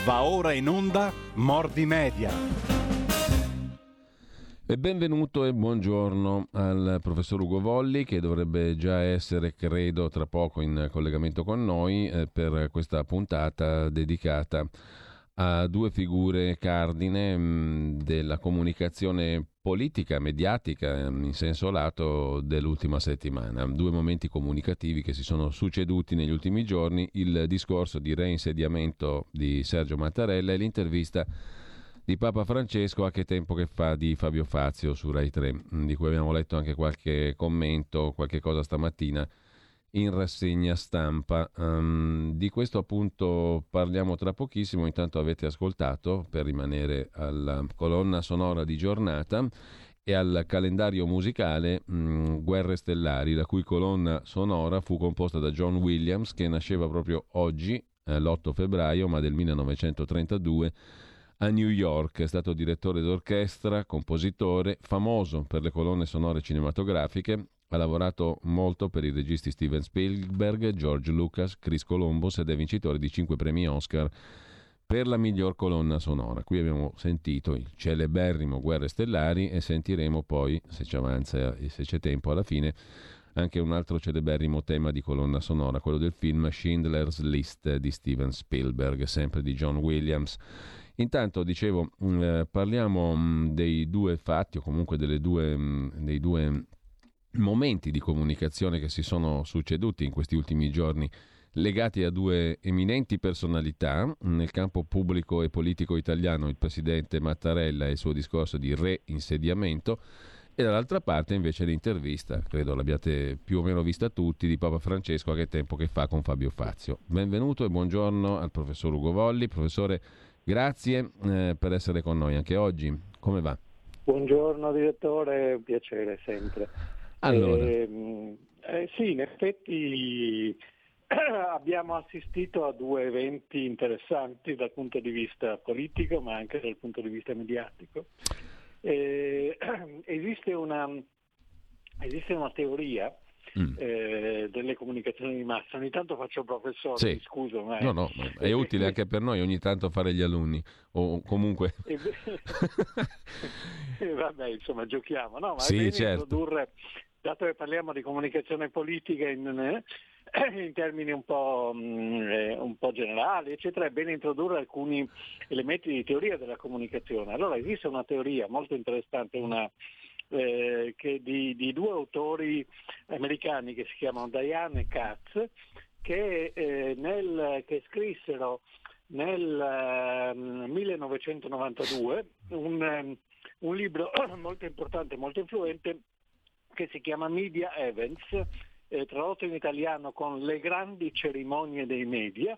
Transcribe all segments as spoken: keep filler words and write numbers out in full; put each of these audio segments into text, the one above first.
Va ora in onda Mordi Media. E benvenuto e buongiorno al professor Ugo Volli, che dovrebbe già essere, credo, tra poco in collegamento con noi eh, per questa puntata dedicata a due figure cardine mh, della comunicazione politica, mediatica, mh, in senso lato, dell'ultima settimana. Due momenti comunicativi che si sono succeduti negli ultimi giorni: il discorso di reinsediamento di Sergio Mattarella e l'intervista di Papa Francesco a Che tempo che fa di Fabio Fazio su Rai tre, di cui abbiamo letto anche qualche commento, qualche cosa stamattina in rassegna stampa. Um, di questo appunto parliamo tra pochissimo. Intanto avete ascoltato, per rimanere alla colonna sonora di giornata e al calendario musicale, mh, Guerre Stellari, la cui colonna sonora fu composta da John Williams, che nasceva proprio oggi, eh, l'otto febbraio, ma del millenovecentotrentadue, a New York. È stato direttore d'orchestra, compositore, famoso per le colonne sonore cinematografiche. Ha lavorato molto per i registi Steven Spielberg, George Lucas, Chris Columbus ed è vincitore di cinque premi Oscar per la miglior colonna sonora. Qui abbiamo sentito il celeberrimo Guerre Stellari e sentiremo poi, se ci avanza e se c'è tempo alla fine, anche un altro celeberrimo tema di colonna sonora, quello del film Schindler's List di Steven Spielberg, sempre di John Williams. Intanto, dicevo, eh, parliamo mh, dei due fatti, o comunque delle due, mh, dei due momenti di comunicazione che si sono succeduti in questi ultimi giorni, legati a due eminenti personalità nel campo pubblico e politico italiano: il presidente Mattarella e il suo discorso di reinsediamento, e dall'altra parte invece l'intervista, credo l'abbiate più o meno vista tutti, di Papa Francesco a Che tempo che fa con Fabio Fazio. Benvenuto e buongiorno al professor Ugo Volli. Professore, grazie eh, per essere con noi anche oggi. Come va? Buongiorno direttore, è un piacere sempre. Allora. Eh, eh, sì, in effetti abbiamo assistito a due eventi interessanti dal punto di vista politico, ma anche dal punto di vista mediatico. Eh, esiste una, esiste una teoria mm. eh, delle comunicazioni di massa. Ogni tanto faccio il professore, sì. mi scuso, ma no, no, è utile anche per noi ogni tanto fare gli alunni, o comunque eh, vabbè, insomma, giochiamo, no? Ma sì, è bene certo. introdurre, dato che parliamo di comunicazione politica in, in termini un po', mh, un po' generali, eccetera, è bene introdurre alcuni elementi di teoria della comunicazione. Allora, esiste una teoria molto interessante, una eh, che di, di due autori americani che si chiamano Diane e Katz, che, eh, nel, che scrissero nel uh, millenovecentonovantadue un, um, un libro molto importante, molto influente, che si chiama Media Events, eh, tradotto in italiano con Le grandi cerimonie dei media,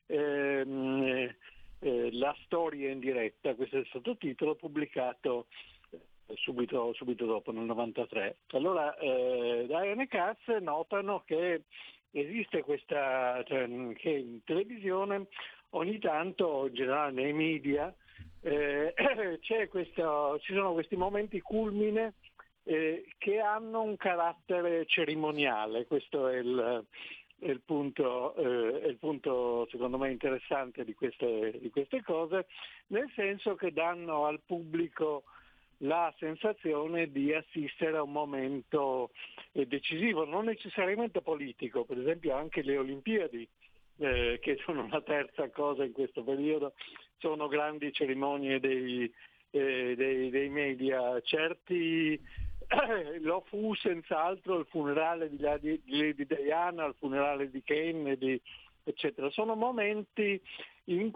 ehm, eh, la storia in diretta. Questo è il sottotitolo, pubblicato eh, subito, subito dopo, nel novantatré. Allora eh, Diane e Katz notano che esiste questa, cioè, che in televisione ogni tanto, in generale nei media, eh, c'è questo, ci sono questi momenti culmine eh, che hanno un carattere cerimoniale. Questo è il, è il punto, eh, è il punto secondo me interessante di queste, di queste cose, nel senso che danno al pubblico la sensazione di assistere a un momento eh, decisivo, non necessariamente politico. Per esempio anche le Olimpiadi, eh, che sono una terza cosa in questo periodo, sono grandi cerimonie dei, eh, dei, dei media. Certi eh, lo fu senz'altro il funerale di Lady, di Lady Diana, il funerale di Kennedy, eccetera. Sono momenti in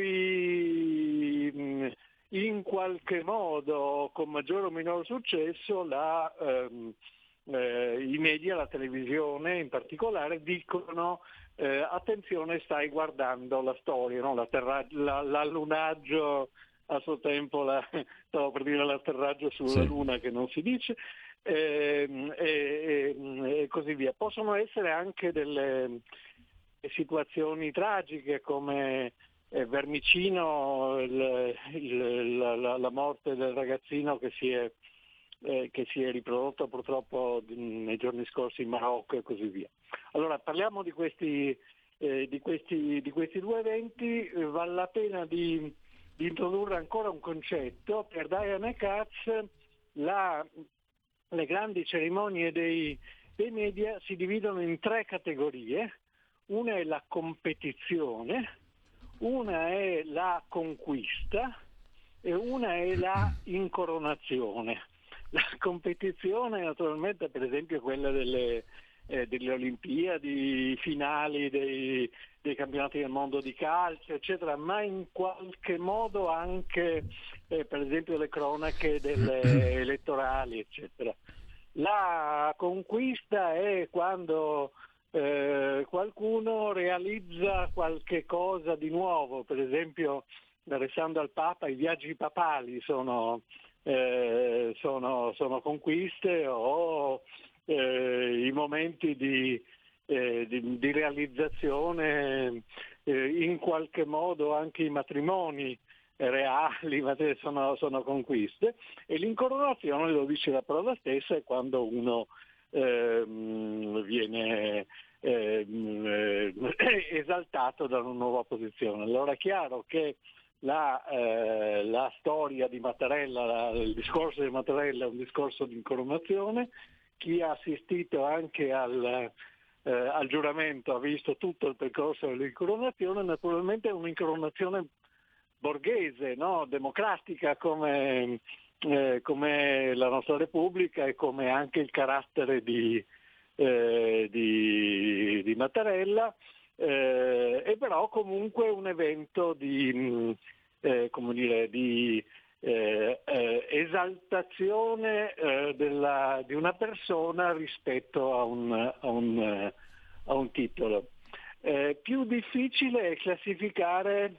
cui mh, in qualche modo, con maggiore o minore successo, la, ehm, eh, i media, la televisione in particolare, dicono eh, attenzione, stai guardando la storia, no? L'atterraggio, la, l'allunaggio a suo tempo, la, stavo per dire l'atterraggio sulla sì. Luna, che non si dice, e, e, e così via. Possono essere anche delle situazioni tragiche, come eh, Vermicino, il, il, la, la morte del ragazzino che si è, eh, che si è riprodotto purtroppo nei giorni scorsi in Marocco e così via. Allora parliamo di questi, eh, di, questi, di questi due eventi, eh, vale la pena di, di introdurre ancora un concetto. Per Diana Katz la, le grandi cerimonie dei, dei media si dividono in tre categorie. Una è la competizione, una è la conquista e una è la incoronazione. La competizione naturalmente, per esempio, quella delle, eh, delle Olimpiadi, finali dei, dei campionati del mondo di calcio, eccetera, ma in qualche modo anche eh, per esempio le cronache delle elettorali, eccetera. La conquista è quando eh, qualcuno realizza qualche cosa di nuovo, per esempio, restando al Papa, i viaggi papali sono, eh, sono, sono conquiste, o eh, i momenti di, eh, di, di realizzazione, eh, in qualche modo anche i matrimoni reali sono, sono conquiste, e l'incoronazione, lo dice la parola stessa, è quando uno eh, viene eh, esaltato da una nuova posizione. Allora è chiaro che la, eh, la storia di Mattarella, la, il discorso di Mattarella è un discorso di incoronazione. Chi ha assistito anche al, eh, al giuramento ha visto tutto il percorso dell'incoronazione. Naturalmente è un'incoronazione borghese, no? Democratica, come, eh, come la nostra Repubblica e come anche il carattere di, eh, di, di Mattarella, eh, e però comunque un evento di, eh, come dire, di eh, eh, esaltazione eh, della, di una persona rispetto a un, a un, a un titolo. Eh, più difficile è classificare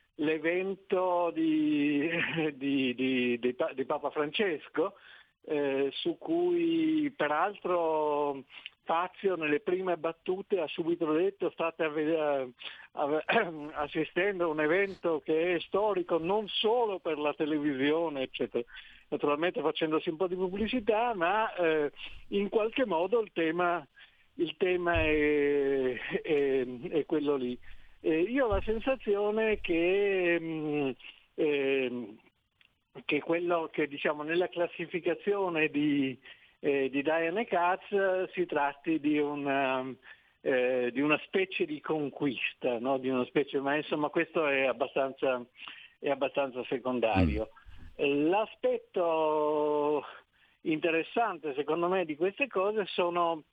l'evento di, di, di, di, di Papa Francesco, eh, su cui peraltro Fazio nelle prime battute ha subito detto: state a, a, assistendo a un evento che è storico non solo per la televisione, eccetera, naturalmente facendosi un po' di pubblicità, ma eh, in qualche modo il tema, il tema è, è, è quello lì. Eh, io ho la sensazione che, mh, eh, che quello che diciamo nella classificazione di, eh, di Diana Katz si tratti di una, eh, di una specie di conquista, no? Di una specie, ma insomma questo è abbastanza, è abbastanza secondario. Mm. L'aspetto interessante secondo me di queste cose sono,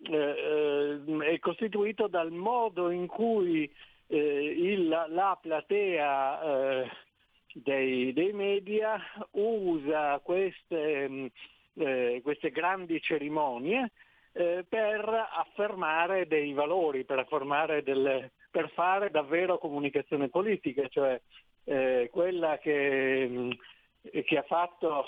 eh, è costituito dal modo in cui Eh, il, la platea eh, dei, dei media usa queste, eh, queste grandi cerimonie eh, per affermare dei valori, per affermare delle, per fare davvero comunicazione politica, cioè eh, quella che, che ha fatto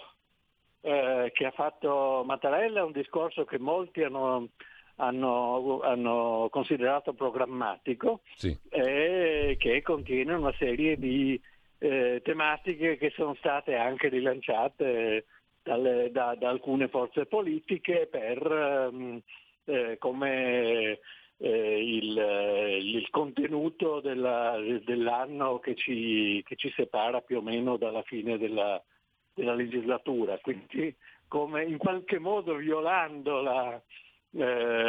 eh, che ha fatto Mattarella è un discorso che molti hanno Hanno, hanno considerato programmatico, sì, e che contiene una serie di eh, tematiche che sono state anche rilanciate dalle, da, da alcune forze politiche per um, eh, come eh, il, il contenuto della, dell'anno che ci, che ci separa più o meno dalla fine della, della legislatura, quindi come in qualche modo violando la Eh,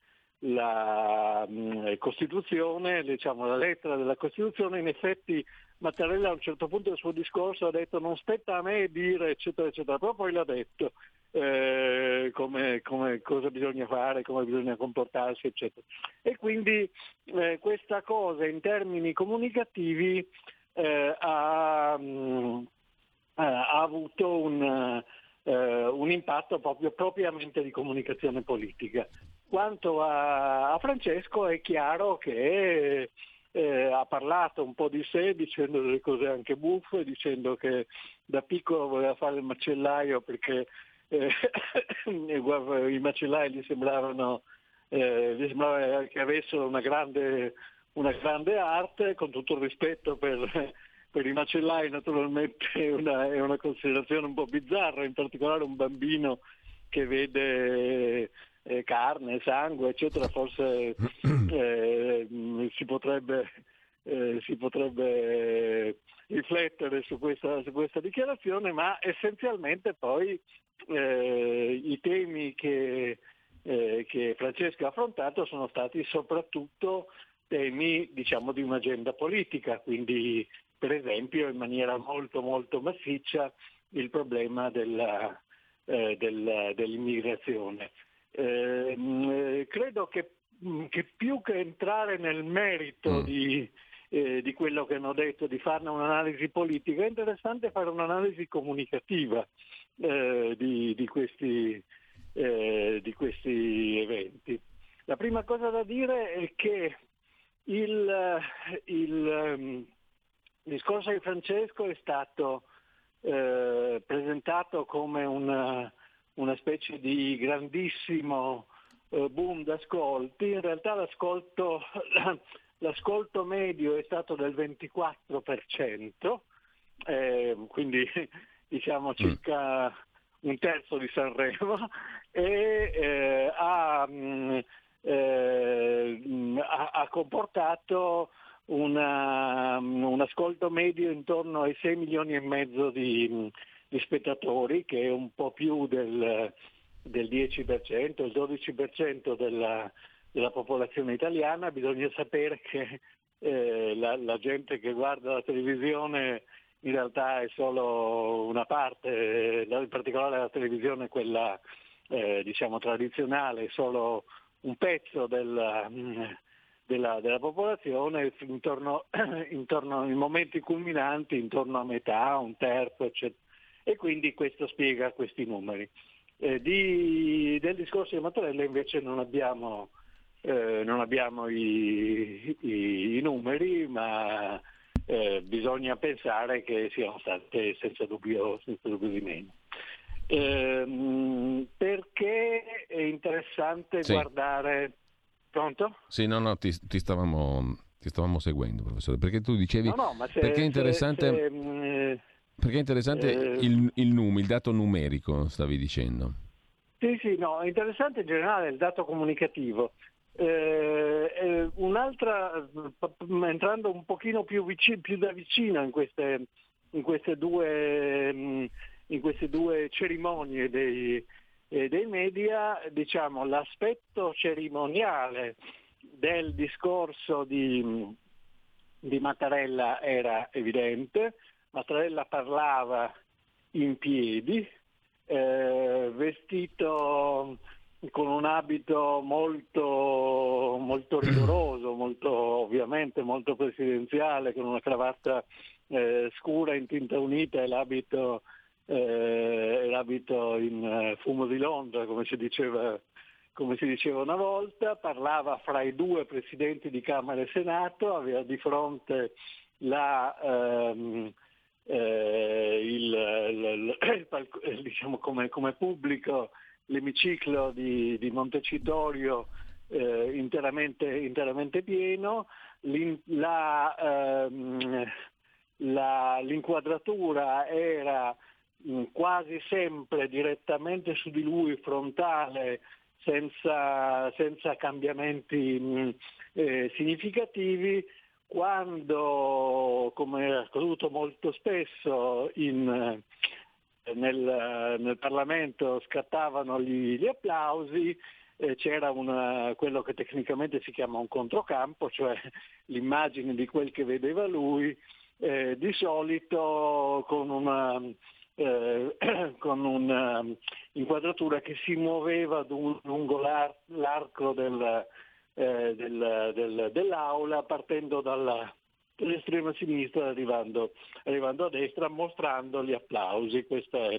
la mh, Costituzione, diciamo la lettera della Costituzione. In effetti Mattarella a un certo punto del suo discorso ha detto: non spetta a me dire eccetera eccetera, però poi l'ha detto eh, come, come cosa bisogna fare, come bisogna comportarsi eccetera, e quindi eh, questa cosa in termini comunicativi eh, ha, mh, ha avuto un Uh, un impatto proprio propriamente di comunicazione politica. Quanto a, a Francesco è chiaro che eh, ha parlato un po' di sé, dicendo delle cose anche buffe, dicendo che da piccolo voleva fare il macellaio perché eh, i macellai gli sembravano, eh, gli sembrava che avessero una grande, una grande arte, con tutto il rispetto per Per i macellai naturalmente è una, è una considerazione un po' bizzarra, in particolare un bambino che vede eh, carne, sangue, eccetera, forse eh, si potrebbe, eh, si potrebbe riflettere su questa, su questa dichiarazione, ma essenzialmente poi eh, i temi che, eh, che Francesco ha affrontato sono stati soprattutto temi, diciamo, di un'agenda politica, quindi per esempio in maniera molto molto massiccia il problema della, eh, del, dell'immigrazione. Eh, credo che, che più che entrare nel merito mm. di, eh, di quello che hanno detto, di farne un'analisi politica, è interessante fare un'analisi comunicativa eh, di, di, questi, eh, di questi eventi. La prima cosa da dire è che il, il um, discorso di Francesco è stato eh, presentato come una, una specie di grandissimo eh, boom d'ascolti. In realtà l'ascolto, l'ascolto medio è stato del ventiquattro per cento, eh, quindi diciamo circa mm. un terzo di Sanremo, e eh, ha, mh, eh, ha, ha comportato Una, un ascolto medio intorno ai sei milioni e mezzo di, di spettatori, che è un po' più del, del dieci per cento, il dodici per cento della, della popolazione italiana. Bisogna sapere che eh, la, la gente che guarda la televisione in realtà è solo una parte, in particolare la televisione quella eh, diciamo tradizionale, è solo un pezzo della Della, della popolazione, intorno, intorno ai momenti culminanti, intorno a metà, un terzo, eccetera. E quindi questo spiega questi numeri. Eh, di, del discorso di Mattarella invece non abbiamo, eh, non abbiamo i, i, i numeri, ma eh, bisogna pensare che siano state senza dubbio, senza dubbio di meno. Eh, perché è interessante sì. guardare... Pronto? Sì, no, no, ti, ti, stavamo, ti stavamo seguendo, professore, perché tu dicevi, no, no, ma se, perché è interessante, se, se, perché è interessante eh, il, il, num, il dato numerico, stavi dicendo. Sì, sì, no, è interessante in generale il dato comunicativo. Eh, eh, un'altra, entrando un pochino più, vicino, più da vicino in queste, in queste due, in queste due cerimonie dei E dei media, diciamo, l'aspetto cerimoniale del discorso di, di Mattarella era evidente. Mattarella parlava in piedi, eh, vestito con un abito molto, molto rigoroso, molto, ovviamente molto presidenziale, con una cravatta eh, scura in tinta unita e l'abito Eh, l'abito in uh, fumo di Londra, come si diceva, come si diceva una volta. Parlava fra i due presidenti di Camera e Senato, aveva di fronte la, um, eh, il, il, il, il, diciamo come, come pubblico l'emiciclo di, di Montecitorio eh, interamente, interamente pieno. L'in, la, um, la, l'inquadratura era quasi sempre direttamente su di lui, frontale, senza, senza cambiamenti mh, eh, significativi. Quando, come è accaduto molto spesso in, nel, nel Parlamento, scattavano gli, gli applausi, eh, c'era una, quello che tecnicamente si chiama un controcampo, cioè l'immagine di quel che vedeva lui, eh, di solito con una Eh, con un'inquadratura che si muoveva lungo l'ar- l'arco del, eh, del, del, dell'aula, partendo dalla, dall'estrema sinistra arrivando, arrivando a destra, mostrando gli applausi. Questa è,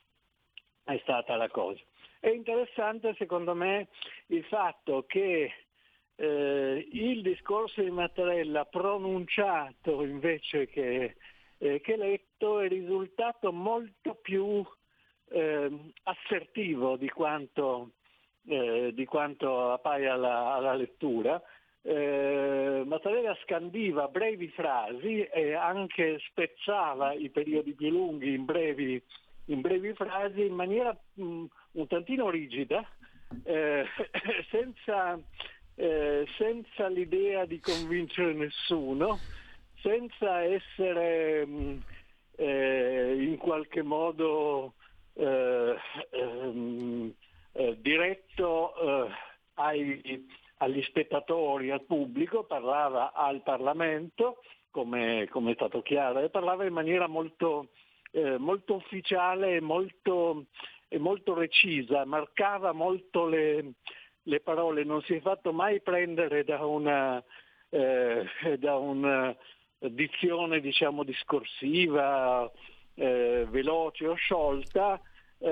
è stata la cosa. È interessante secondo me il fatto che eh, il discorso di Mattarella pronunciato invece che Eh, che letto è risultato molto più eh, assertivo di quanto, eh, di quanto appaia alla, alla lettura. Eh, Mattarella scandiva brevi frasi e anche spezzava i periodi più lunghi in brevi, in brevi frasi in maniera mh, un tantino rigida, eh, senza, eh, senza l'idea di convincere nessuno, senza essere mh, eh, in qualche modo eh, ehm, eh, diretto eh, ai, agli spettatori, al pubblico, parlava al Parlamento, come, come è stato chiaro, e parlava in maniera molto, eh, molto ufficiale e molto, e molto recisa, marcava molto le, le parole, non si è fatto mai prendere da una, eh, da una dizione, diciamo, discorsiva, eh, veloce o sciolta. Eh,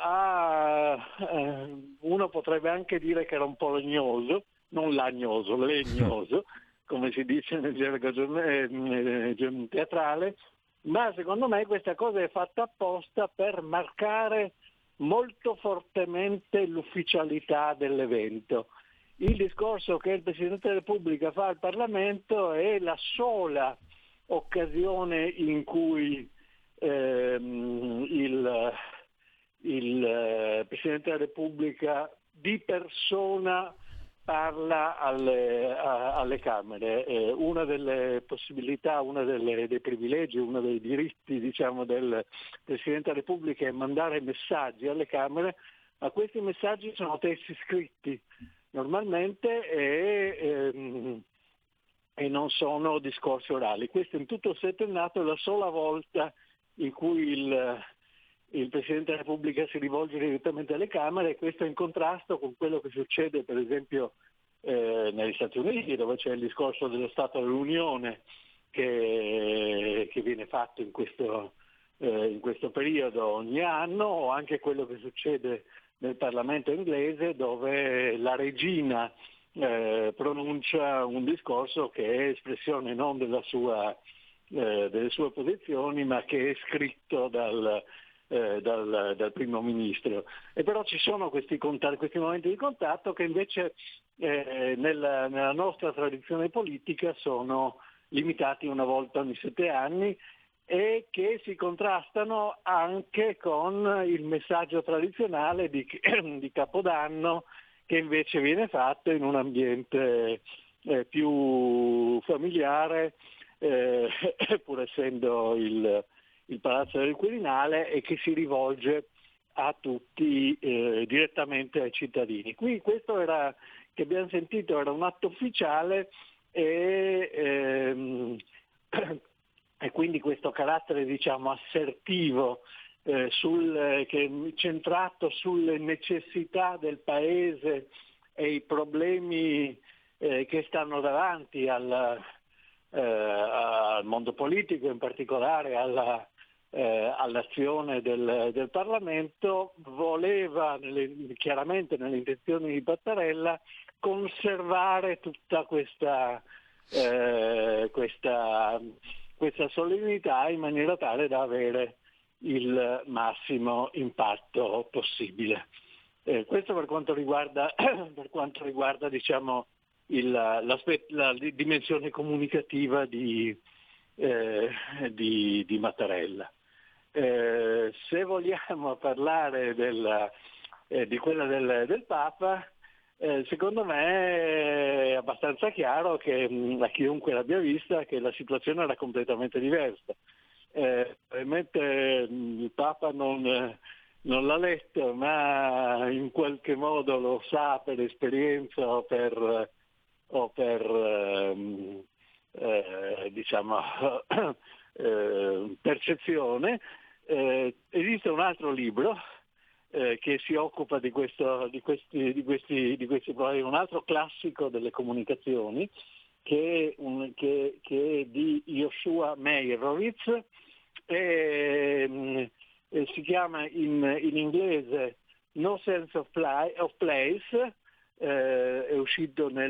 a, eh, uno potrebbe anche dire che era un po' legnoso, non lagnoso, legnoso, come si dice nel gergo teatrale, ma secondo me questa cosa è fatta apposta per marcare molto fortemente l'ufficialità dell'evento. Il discorso che il Presidente della Repubblica fa al Parlamento è la sola occasione in cui ehm, il, il eh, Presidente della Repubblica di persona parla alle, a, alle Camere. Eh, una delle possibilità, una delle, dei privilegi, uno dei diritti, diciamo, del Presidente della Repubblica è mandare messaggi alle Camere, ma questi messaggi sono testi scritti normalmente e, ehm, e non sono discorsi orali. Questo in tutto il settennato è la sola volta in cui il il Presidente della Repubblica si rivolge direttamente alle Camere, e questo è in contrasto con quello che succede per esempio eh, negli Stati Uniti, dove c'è il discorso dello Stato dell'Unione che, che viene fatto in questo, eh, in questo periodo ogni anno, o anche quello che succede nel Parlamento inglese, dove la regina eh, pronuncia un discorso che è espressione non della sua, eh, delle sue posizioni, ma che è scritto dal Eh, dal, dal primo ministro. E però ci sono questi, contatti, questi momenti di contatto che invece eh, nella, nella nostra tradizione politica sono limitati una volta ogni sette anni e che si contrastano anche con il messaggio tradizionale di, di Capodanno, che invece viene fatto in un ambiente eh, più familiare, eh, pur essendo il il Palazzo del Quirinale, e che si rivolge a tutti eh, direttamente ai cittadini. Qui questo era, che abbiamo sentito, era un atto ufficiale e, ehm, e quindi questo carattere, diciamo, assertivo eh, sul, che è centrato sulle necessità del Paese e i problemi eh, che stanno davanti al, eh, al mondo politico, in particolare alla Eh, all'azione del, del Parlamento, voleva nelle, chiaramente nelle intenzioni di Battarella conservare tutta questa, eh, questa, questa solennità in maniera tale da avere il massimo impatto possibile. Eh, questo per quanto riguarda, per quanto riguarda diciamo, il, la dimensione comunicativa di, eh, di, di Mattarella. Eh, se vogliamo parlare della, eh, di quella del, del Papa, eh, secondo me è abbastanza chiaro che mh, a chiunque l'abbia vista che la situazione era completamente diversa. Eh, probabilmente mh, il Papa non, eh, non l'ha letto, ma in qualche modo lo sa per esperienza o per, o per ehm, eh, diciamo eh, percezione. Eh, esiste un altro libro eh, che si occupa di, questo, di, questi, di, questi, di questi problemi, un altro classico delle comunicazioni, che è, un, che, che è di Joshua Meyerowitz, e, e si chiama in, in inglese No Sense of, Play, of Place, eh, è uscito nel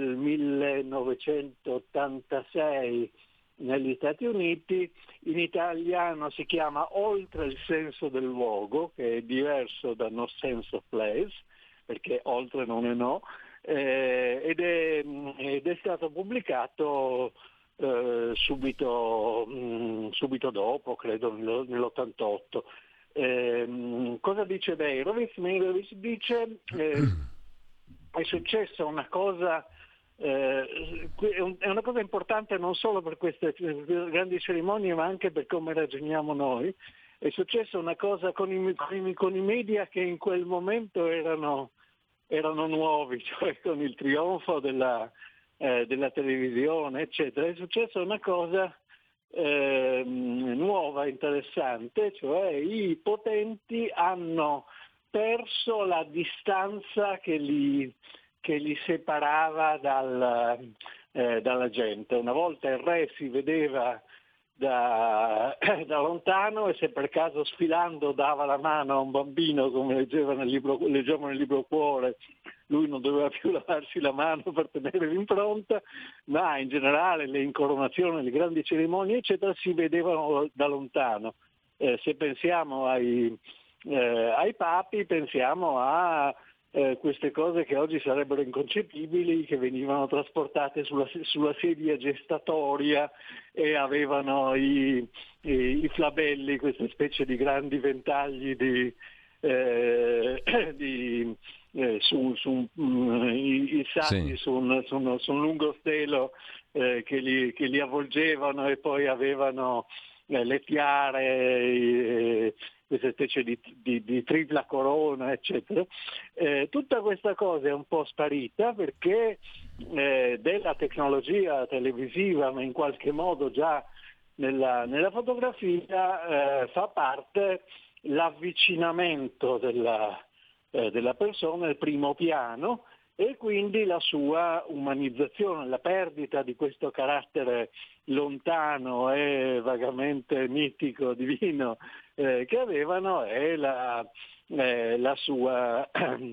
millenovecentottantasei negli Stati Uniti. In italiano si chiama Oltre il senso del luogo, che è diverso da No Sense of Place, perché oltre non è no, eh, ed, è, ed è stato pubblicato eh, subito, mh, subito dopo, credo nell'ottantotto. Eh, cosa dice Meyerowitz? Meyerowitz dice eh, è successa una cosa, eh, è una cosa importante non solo per queste grandi cerimonie, ma anche per come ragioniamo noi. È successa una cosa con i, con i, con i media che in quel momento erano, erano nuovi, cioè con il trionfo della, eh, della televisione, eccetera. È successa una cosa eh, nuova, interessante, cioè i potenti hanno perso la distanza che li, che li separava dal, eh, dalla gente. Una volta il re si vedeva Da, da lontano, e se per caso sfilando dava la mano a un bambino, come leggeva nel libro, leggiamo nel libro Cuore, lui non doveva più lavarsi la mano per tenere l'impronta, ma in generale le incoronazioni, le grandi cerimonie eccetera si vedevano da lontano. Eh, se pensiamo ai, eh, ai papi, pensiamo a Eh, queste cose che oggi sarebbero inconcepibili, che venivano trasportate sulla, sulla sedia gestatoria e avevano i, i, i flabelli, queste specie di grandi ventagli di, eh, di, eh, su, su um, i, i sacchi Sì. su, un, su, un, su un lungo stelo eh, che, li, che li avvolgevano, e poi avevano eh, le tiare, eh, questa specie di, di, di tripla corona, eccetera. Eh, tutta questa cosa è un po' sparita perché eh, della tecnologia televisiva, ma in qualche modo già nella, nella fotografia, eh, fa parte l'avvicinamento della, eh, della persona al primo piano, e quindi la sua umanizzazione, la perdita di questo carattere lontano e vagamente mitico, divino eh, che avevano, e la, eh, la sua,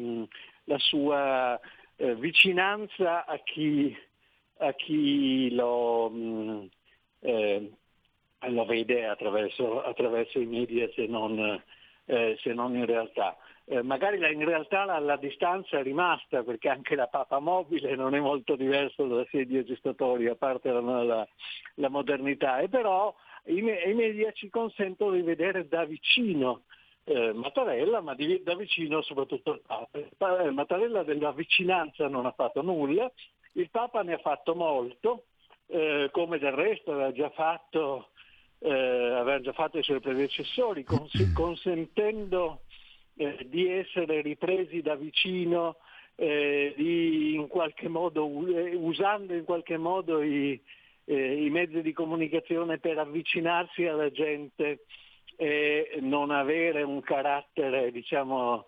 la sua eh, vicinanza a chi, a chi lo, mh, eh, lo vede attraverso, attraverso i media, se non, eh, se non in realtà. Eh, magari la, in realtà la, la distanza è rimasta, perché anche la papa mobile non è molto diverso dalla sedia gestatoria, a parte la, la, la modernità, e però i, i media ci consentono di vedere da vicino eh, Mattarella, ma di, da vicino soprattutto il Papa. Mattarella della vicinanza non ha fatto nulla, il Papa ne ha fatto molto, eh, come del resto aveva già fatto, eh, aveva già fatto i suoi predecessori, cons- consentendo Eh, di essere ripresi da vicino, eh, di in qualche modo usando in qualche modo i, eh, i mezzi di comunicazione per avvicinarsi alla gente e non avere un carattere, diciamo,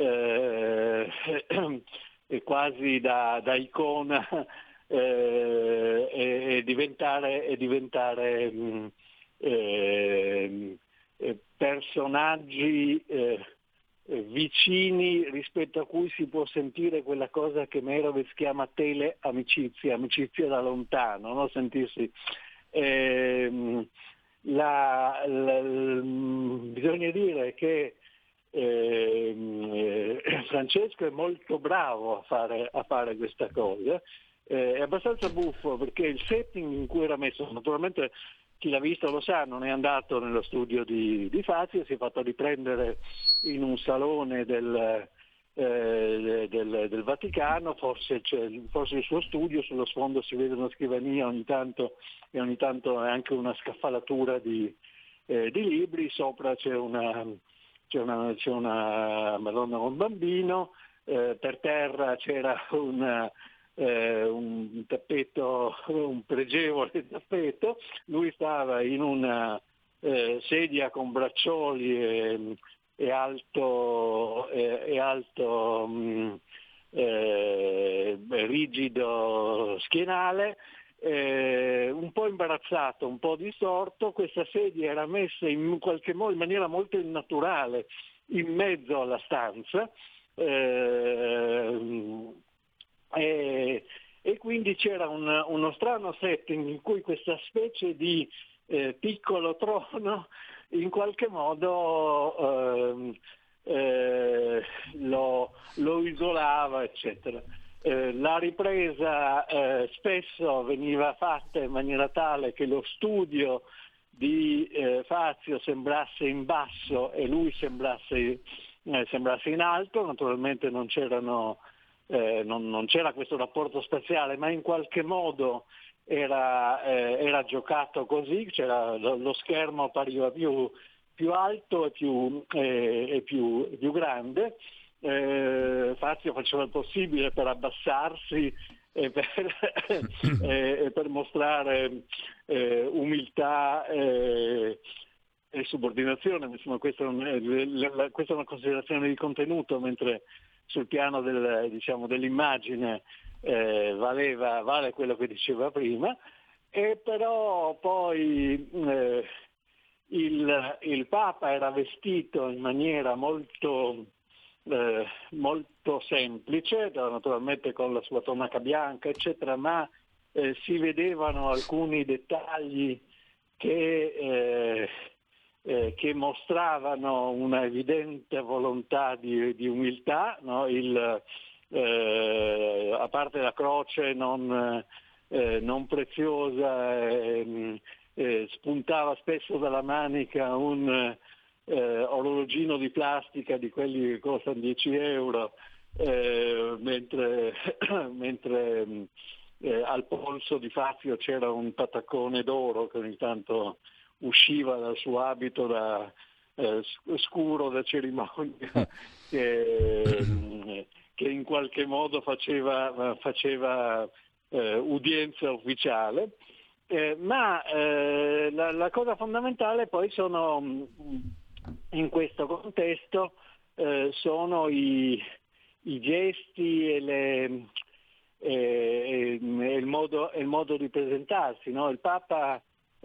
eh, quasi da, da icona, eh, e, e diventare, e diventare mh, eh, personaggi eh, vicini, rispetto a cui si può sentire quella cosa che Merovitz chiama teleamicizia, amicizia da lontano, no? Sentirsi ehm, la, la, bisogna dire che ehm, eh, Francesco è molto bravo a fare, a fare questa cosa. Eh, è abbastanza buffo perché il setting in cui era messo, naturalmente chi l'ha visto lo sa, non è andato nello studio di, di Fazio, si è fatto riprendere in un salone del, eh, del, del Vaticano, forse, c'è, forse il suo studio, sullo sfondo si vede una scrivania ogni tanto, e ogni tanto anche una scaffalatura di, eh, di libri, sopra c'è una, c'è una, c'è una Madonna con bambino, eh, per terra c'era una Eh, un tappeto, un pregevole tappeto, lui stava in una eh, sedia con braccioli e, e alto, e, e alto mh, eh, rigido schienale, eh, un po' imbarazzato, un po' distorto. Questa sedia era messa in qualche modo, in maniera molto innaturale, in mezzo alla stanza, eh, E, e quindi c'era un, uno strano setting in cui questa specie di eh, piccolo trono in qualche modo eh, eh, lo, lo isolava, eccetera. Eh, la ripresa eh, spesso veniva fatta in maniera tale che lo studio di eh, Fazio sembrasse in basso e lui sembrasse, eh, sembrasse in alto. Naturalmente non c'erano eh, non, non c'era questo rapporto spaziale, ma in qualche modo era, eh, era giocato così, c'era, lo, lo schermo appariva più, più alto e più, eh, e più, e più grande. Eh, Fazio faceva il possibile per abbassarsi e per, e per mostrare eh, umiltà e, e subordinazione. Insomma, questa è, un, questa è una considerazione di contenuto, mentre sul piano del, diciamo, dell'immagine eh, valeva, vale quello che diceva prima. E però poi eh, il, il Papa era vestito in maniera molto Eh, molto semplice, naturalmente con la sua tonaca bianca eccetera, ma eh, si vedevano alcuni dettagli che, eh, eh, che mostravano una evidente volontà di, di umiltà, no? Il, eh, a parte la croce non, eh, non preziosa, eh, eh, spuntava spesso dalla manica un Eh, orologino di plastica di quelli che costano dieci euro, eh, mentre, mentre eh, al polso di Fazio c'era un pataccone d'oro che ogni tanto usciva dal suo abito da, eh, scuro da cerimonia, che, che in qualche modo faceva, faceva eh, udienza ufficiale. Eh, ma eh, la, la cosa fondamentale poi sono, in questo contesto, eh, sono i, i gesti e, le, e, e, il, modo, e il modo di presentarsi, no? Il Papa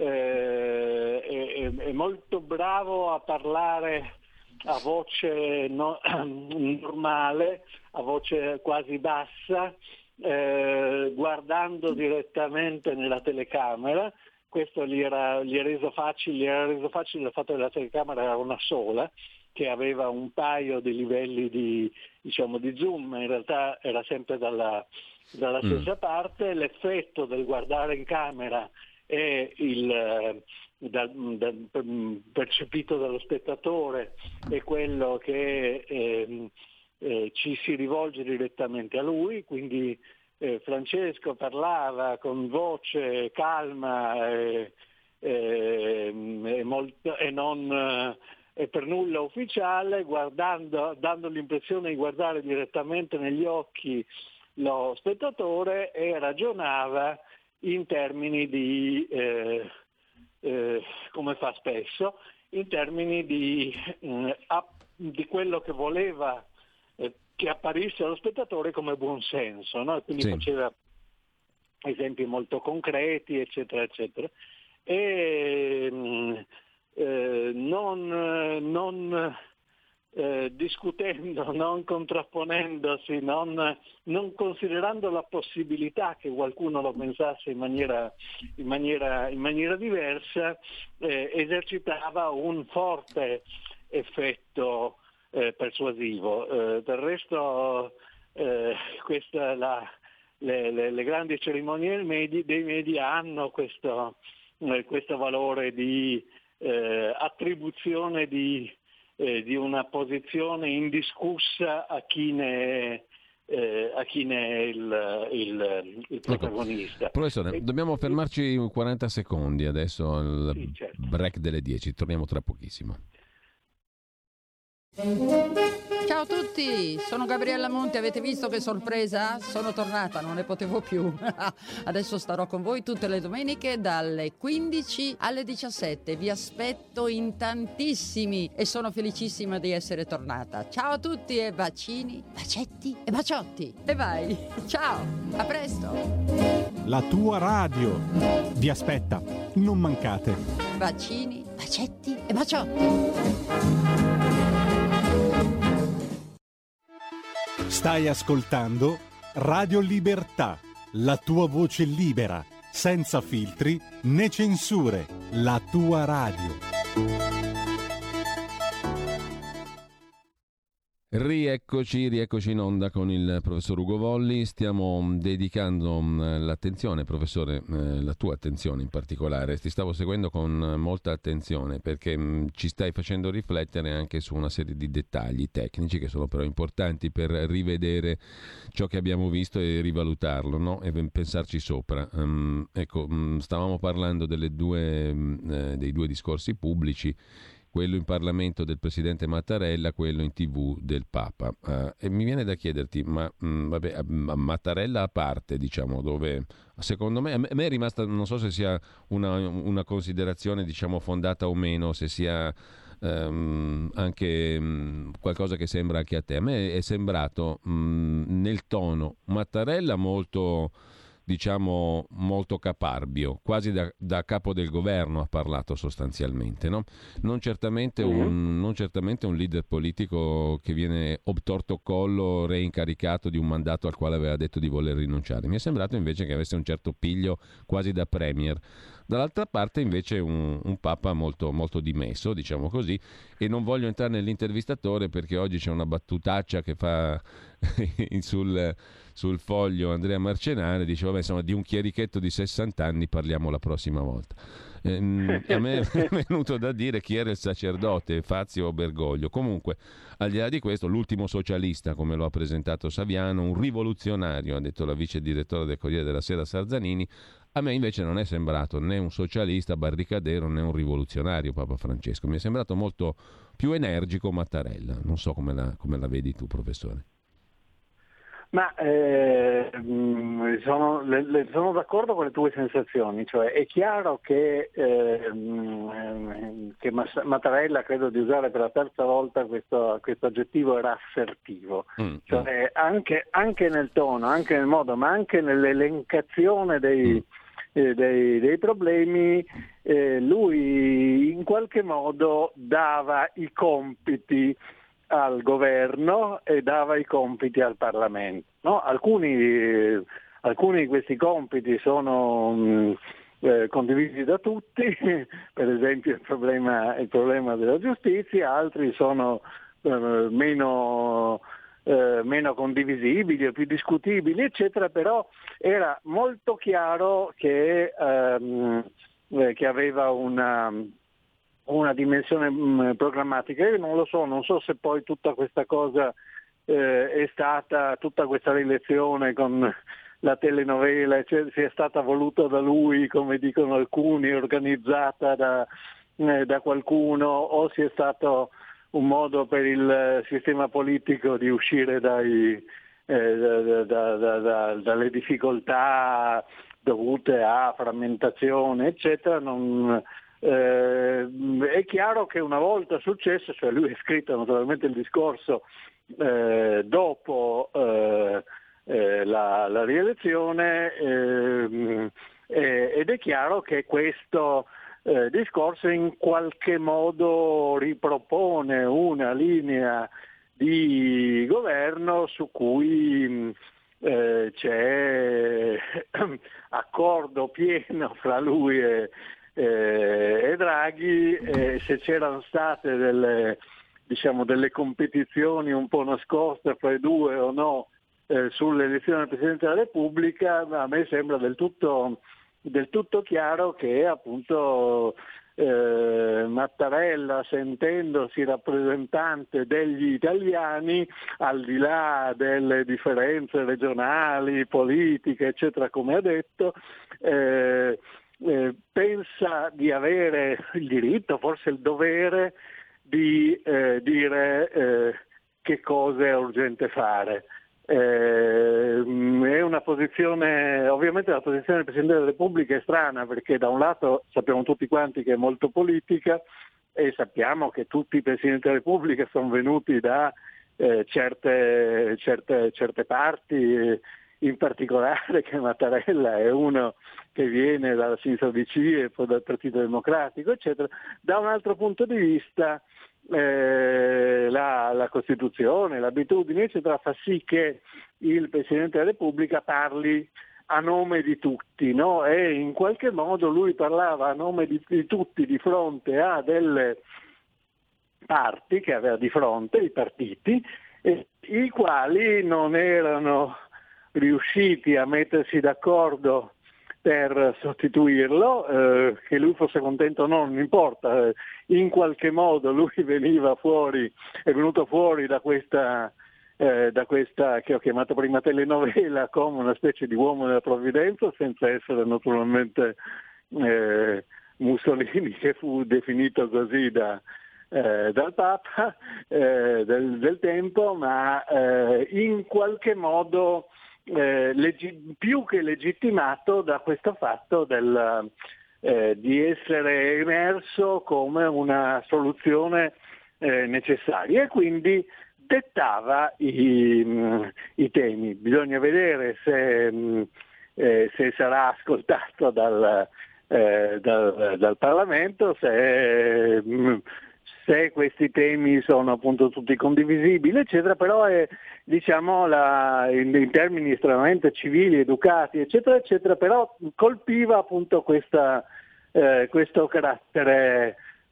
eh, è, è molto bravo a parlare a voce no, normale, a voce quasi bassa, eh, guardando direttamente nella telecamera. Questo gli era, gli era reso facile, gli era reso facile il fatto che la telecamera era una sola, che aveva un paio di livelli di, diciamo, di zoom, in realtà era sempre dalla, dalla mm. stessa parte. L'effetto del guardare in camera e il da, da, percepito dallo spettatore è quello che eh, eh, ci si rivolge direttamente a lui, quindi Eh, Francesco parlava con voce calma e, e, e, molto, e non e per nulla ufficiale, guardando, dando l'impressione di guardare direttamente negli occhi lo spettatore, e ragionava in termini di, eh, eh, come fa spesso, in termini di, eh, di quello che voleva eh, che apparisse allo spettatore come buonsenso, no? E quindi sì. Faceva esempi molto concreti, eccetera, eccetera. E eh, non, non eh, discutendo, non contrapponendosi, non, non considerando la possibilità che qualcuno lo pensasse in maniera, in maniera, in maniera diversa, eh, esercitava un forte effetto Eh, persuasivo. Eh, del resto eh, questa, la, le, le, le grandi cerimonie medi, dei media hanno questo, eh, questo valore di eh, attribuzione di, eh, di una posizione indiscussa a chi ne eh, a chi ne è il, il, il protagonista. Ecco. Professore, e, dobbiamo fermarci quaranta secondi adesso al sì, certo. break delle dieci, torniamo tra pochissimo. Ciao a tutti, sono Gabriella Monti. Avete visto che sorpresa? Sono tornata, non ne potevo più. Adesso starò con voi tutte le domeniche dalle quindici alle diciassette. Vi aspetto in tantissimi e sono felicissima di essere tornata. Ciao a tutti e bacini, bacetti e baciotti. E vai, ciao, a presto. La tua radio vi aspetta, non mancate. Bacini, bacetti e baciotti. Stai ascoltando Radio Libertà, la tua voce libera, senza filtri né censure, la tua radio. Rieccoci, rieccoci in onda con il professor Ugo Volli. Stiamo dedicando l'attenzione, professore, eh, la tua attenzione in particolare. Ti stavo seguendo con molta attenzione perché mh, ci stai facendo riflettere anche su una serie di dettagli tecnici che sono però importanti per rivedere ciò che abbiamo visto e rivalutarlo, no? E pensarci sopra. Um, ecco, mh, stavamo parlando delle due, mh, eh, dei due discorsi pubblici, quello in Parlamento del presidente Mattarella, quello in tivù del Papa. Uh, e mi viene da chiederti, ma mh, vabbè, Mattarella a parte, diciamo, dove secondo me, a me è rimasta, non so se sia una, una considerazione, diciamo, fondata o meno, se sia um, anche um, qualcosa che sembra anche a te. A me è sembrato um, nel tono Mattarella molto, diciamo, molto caparbio, quasi da, da capo del governo ha parlato sostanzialmente, no? Non certamente, un, non certamente un leader politico che viene obtorto collo, reincaricato di un mandato al quale aveva detto di voler rinunciare. Mi è sembrato invece che avesse un certo piglio quasi da premier. Dall'altra parte invece un, un Papa molto, molto dimesso, diciamo così, e non voglio entrare nell'intervistatore perché oggi c'è una battutaccia che fa sul, sul Foglio Andrea Marcenare, dice vabbè, insomma, di un chierichetto di sessanta anni parliamo la prossima volta. Ehm, a me è venuto da dire chi era il sacerdote, Fazio o Bergoglio. Comunque, al di là di questo, l'ultimo socialista, come lo ha presentato Saviano, un rivoluzionario, ha detto la vice direttore del Corriere della Sera Sarzanini. A me invece non è sembrato né un socialista barricadero né un rivoluzionario Papa Francesco. Mi è sembrato molto più energico Mattarella. Non so come la, come la vedi tu, professore. Ma eh, sono, le, le, sono d'accordo con le tue sensazioni, cioè è chiaro che, eh, che Mattarella, credo di usare per la terza volta questo, questo aggettivo, era assertivo, mm, cioè mm. Anche, anche nel tono, anche nel modo, ma anche nell'elencazione dei, mm. eh, dei, dei problemi, eh, lui in qualche modo dava i compiti al governo e dava i compiti al Parlamento, no? Alcuni, eh, alcuni di questi compiti sono mh, eh, condivisi da tutti, per esempio il problema, il problema della giustizia, altri sono eh, meno, eh, meno condivisibili o più discutibili, eccetera, però era molto chiaro che, ehm, eh, che aveva una una dimensione mh, programmatica. Io non lo so, non so se poi tutta questa cosa eh, è stata, tutta questa rielezione con la telenovela, cioè, sia stata voluta da lui, come dicono alcuni, organizzata da, eh, da qualcuno, o sia stato un modo per il sistema politico di uscire dai, eh, da, da, da, da, dalle difficoltà dovute a frammentazione, eccetera. Non, Eh, è chiaro che una volta successo, cioè lui ha scritto naturalmente il discorso eh, dopo eh, eh, la, la rielezione eh, eh, ed è chiaro che questo eh, discorso in qualche modo ripropone una linea di governo su cui eh, c'è accordo pieno fra lui e e Draghi. E se c'erano state delle, diciamo, delle competizioni un po' nascoste fra i due o no eh, sull'elezione del Presidente della Repubblica, a me sembra del tutto, del tutto chiaro che appunto eh, Mattarella, sentendosi rappresentante degli italiani, al di là delle differenze regionali, politiche, eccetera, come ha detto, eh, Eh, pensa di avere il diritto, forse il dovere, di eh, dire eh, che cosa è urgente fare. Eh, è una posizione, ovviamente la posizione del Presidente della Repubblica è strana, perché da un lato sappiamo tutti quanti che è molto politica e sappiamo che tutti i Presidenti della Repubblica sono venuti da eh, certe, certe, certe parti, eh, in particolare che Mattarella è uno che viene dalla sinistra D C e poi dal Partito Democratico, eccetera. Da un altro punto di vista eh, la, la Costituzione, l'abitudine, eccetera, fa sì che il Presidente della Repubblica parli a nome di tutti, no? E in qualche modo lui parlava a nome di, di tutti di fronte a delle parti che aveva di fronte, i partiti, eh, i quali non erano riusciti a mettersi d'accordo per sostituirlo, eh, che lui fosse contento o no, non importa, eh, in qualche modo lui veniva fuori, è venuto fuori da questa, eh, da questa che ho chiamato prima telenovela come una specie di uomo della provvidenza, senza essere naturalmente eh, Mussolini, che fu definito così da, eh, dal Papa eh, del, del tempo, ma eh, in qualche modo Eh, leggi- più che legittimato da questo fatto del, eh, di essere emerso come una soluzione eh, necessaria, e quindi dettava i, mh, i temi. Bisogna vedere se, mh, eh, se sarà ascoltato dal, eh, dal, dal Parlamento, se mh, se questi temi sono appunto tutti condivisibili, eccetera, però è, diciamo, la, in, in termini estremamente civili, educati, eccetera, eccetera, però colpiva appunto questa, eh, questo carattere,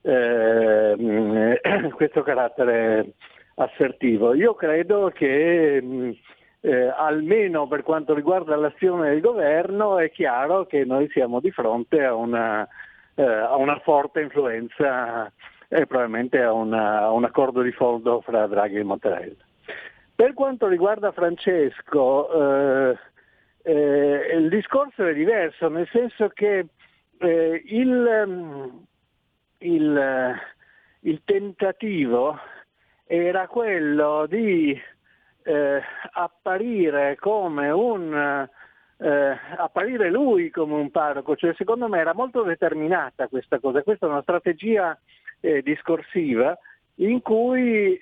eh, questo carattere assertivo. Io credo che mh, eh, almeno per quanto riguarda l'azione del governo è chiaro che noi siamo di fronte a una, eh, a una forte influenza e probabilmente a, una, a un accordo di fondo fra Draghi e Mattarella. Per quanto riguarda Francesco, eh, eh, il discorso è diverso, nel senso che eh, il, il, il tentativo era quello di eh, apparire come un eh, apparire lui come un parroco, cioè secondo me era molto determinata questa cosa, questa è una strategia eh, discorsiva in cui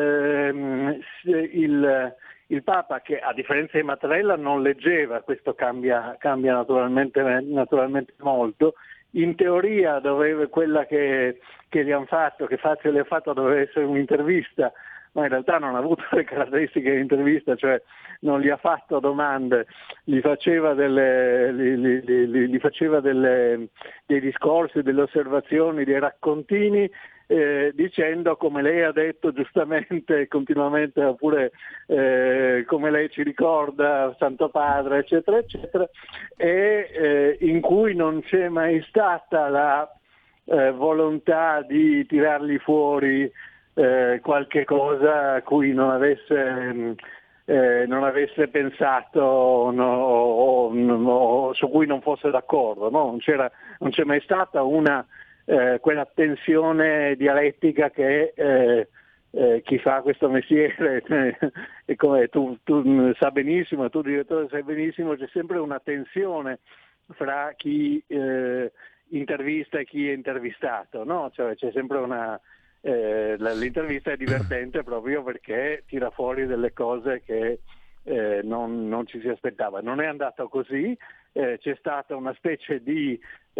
ehm, il, il Papa, che a differenza di Mattarella non leggeva, questo cambia, cambia naturalmente, naturalmente molto, in teoria doveva, quella che, che gli hanno fatto, che Fazio le ha fatto, doveva essere un'intervista, ma in realtà non ha avuto le caratteristiche di intervista, cioè non gli ha fatto domande, gli faceva, delle, gli, gli, gli, gli faceva delle, dei discorsi, delle osservazioni, dei raccontini, eh, dicendo, come lei ha detto giustamente continuamente, oppure eh, come lei ci ricorda, Santo Padre, eccetera, eccetera, e eh, in cui non c'è mai stata la eh, volontà di tirargli fuori eh, qualche cosa a cui non avesse... Eh, non avesse pensato no, o, o su cui non fosse d'accordo, no? non, c'era, non c'è mai stata una, eh, quella tensione dialettica che eh, eh, chi fa questo mestiere, e come tu, tu sa benissimo, tu direttore sai benissimo, c'è sempre una tensione fra chi eh, intervista e chi è intervistato, no? Cioè, c'è sempre una... Eh, l'intervista è divertente proprio perché tira fuori delle cose che eh, non, non ci si aspettava. Non è andato così, eh, c'è stata una specie di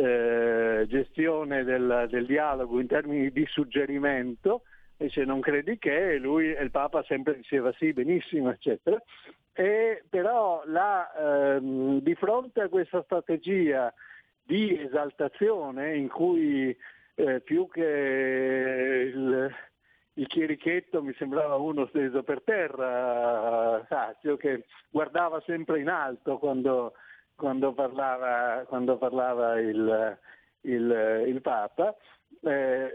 eh, gestione del, del dialogo in termini di suggerimento, e se non credi che lui e il Papa sempre diceva sì, benissimo, eccetera. E però la, ehm, di fronte a questa strategia di esaltazione in cui Eh, più che il, il chierichetto mi sembrava uno steso per terra, Fazio, che guardava sempre in alto quando, quando parlava, quando parlava il, il, il Papa. Eh,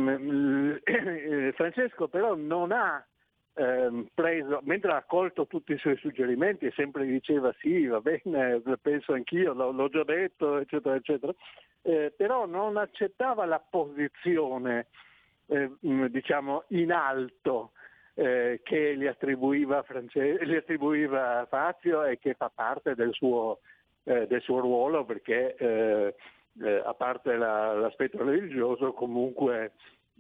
eh, Francesco però non ha eh, preso, mentre ha accolto tutti i suoi suggerimenti e sempre diceva sì, va bene, penso anch'io, l'ho, l'ho già detto, eccetera, eccetera, eh, però non accettava la posizione, eh, diciamo, in alto eh, che gli attribuiva, France- gli attribuiva Fazio e che fa parte del suo, eh, del suo ruolo, perché eh, eh, a parte la, l'aspetto religioso, comunque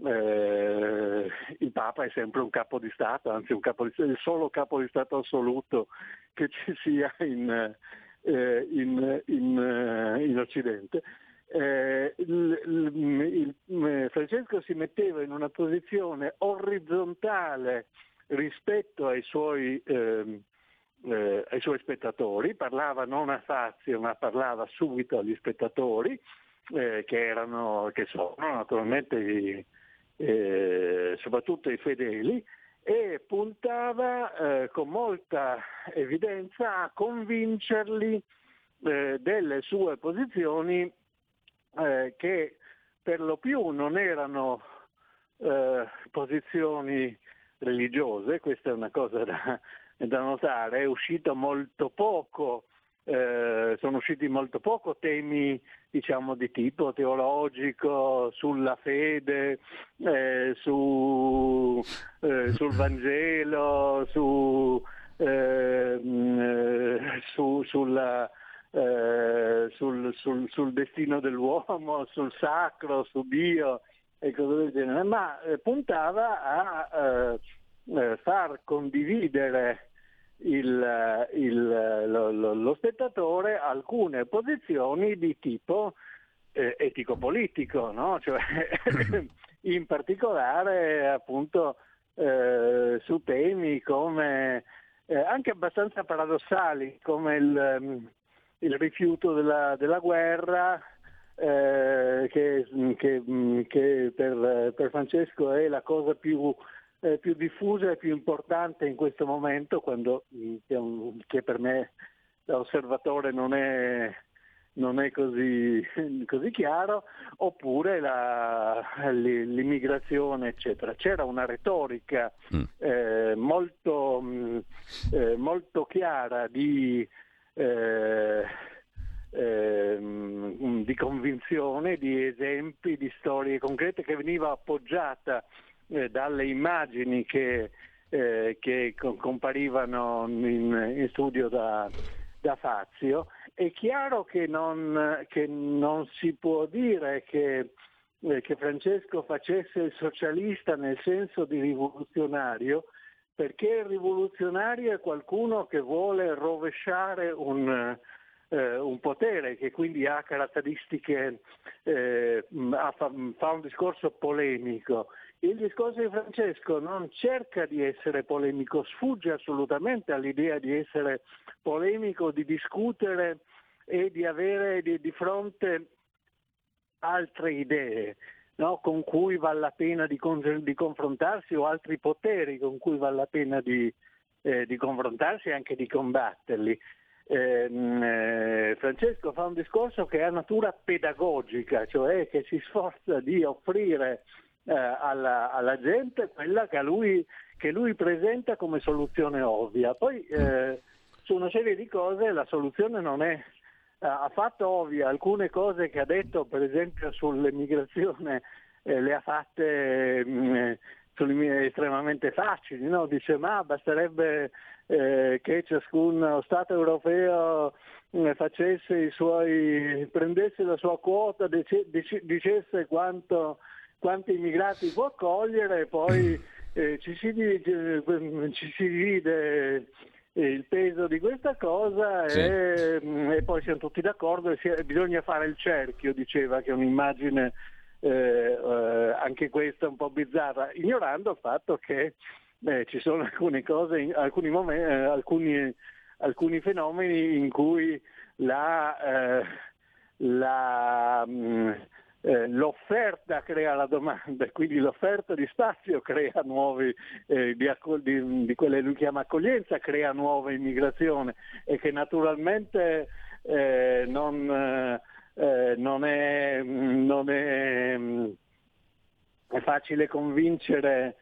Eh, il Papa è sempre un capo di Stato, anzi un capo di, il solo capo di Stato assoluto che ci sia in, eh, in, in, in Occidente. Eh, il, il, il, Francesco si metteva in una posizione orizzontale rispetto ai suoi, eh, eh, ai suoi spettatori, parlava non a Fazio ma parlava subito agli spettatori, eh, che erano, che sono naturalmente i, Eh, soprattutto i fedeli, e puntava eh, con molta evidenza a convincerli eh, delle sue posizioni eh, che per lo più non erano eh, posizioni religiose. Questa è una cosa da, da notare. È uscito molto poco, eh, sono usciti molto poco temi, diciamo, di tipo teologico, sulla fede, eh, su, eh, sul Vangelo, su, eh, mh, su, sulla, eh, sul, sul, sul destino dell'uomo, sul sacro, su Dio e cose del genere, ma eh, puntava a eh, eh, far condividere il, il, lo, lo, lo spettatore alcune posizioni di tipo eh, etico-politico, no? Cioè, in particolare appunto eh, su temi come eh, anche abbastanza paradossali, come il, il rifiuto della, della guerra, eh, che, che, che per, per Francesco è la cosa più, eh, più diffusa e più importante in questo momento, quando che, che per me da osservatore non è, non è così, così chiaro, oppure la, l'immigrazione, eccetera. C'era una retorica eh, molto, eh, molto chiara di eh, eh, di convinzione, di esempi, di storie concrete, che veniva appoggiata eh, dalle immagini che, eh, che comparivano in, in studio da, da Fazio. È chiaro che non, che non si può dire che, eh, che Francesco facesse il socialista nel senso di rivoluzionario, perché il rivoluzionario è qualcuno che vuole rovesciare un, eh, un potere, che quindi ha caratteristiche, eh, ha, fa un discorso polemico. Il discorso di Francesco non cerca di essere polemico, sfugge assolutamente all'idea di essere polemico, di discutere e di avere di, di fronte altre idee, no? Con cui vale la pena di, con, di confrontarsi, o altri poteri con cui vale la pena di, eh, di confrontarsi e anche di combatterli. Eh, eh, Francesco fa un discorso che ha natura pedagogica, cioè che si sforza di offrire eh, alla, alla gente quella che, a lui, che lui presenta come soluzione ovvia. Poi eh, su una serie di cose la soluzione non è ha fatto ovvia. Alcune cose che ha detto, per esempio sull'immigrazione, eh, le ha fatte mh, estremamente facili, no? Dice ma basterebbe eh, che ciascun Stato europeo eh, facesse i suoi, prendesse la sua quota, dice, dicesse quanto, quanti immigrati può accogliere, e poi eh, ci si divide, ci si divide il peso di questa cosa, sì. e, e poi siamo tutti d'accordo e si, bisogna fare il cerchio, diceva, che è un'immagine eh, eh, anche questa un po' bizzarra, ignorando il fatto che eh, ci sono alcune cose, in, alcuni, momenti, eh, alcuni, alcuni fenomeni in cui la, eh, la mh, Eh, l'offerta crea la domanda, quindi l'offerta di spazio crea nuovi, eh, di, accol- di, di quelle che lui chiama accoglienza, crea nuova immigrazione, e che naturalmente eh, non, eh, non, è, non è, è facile convincere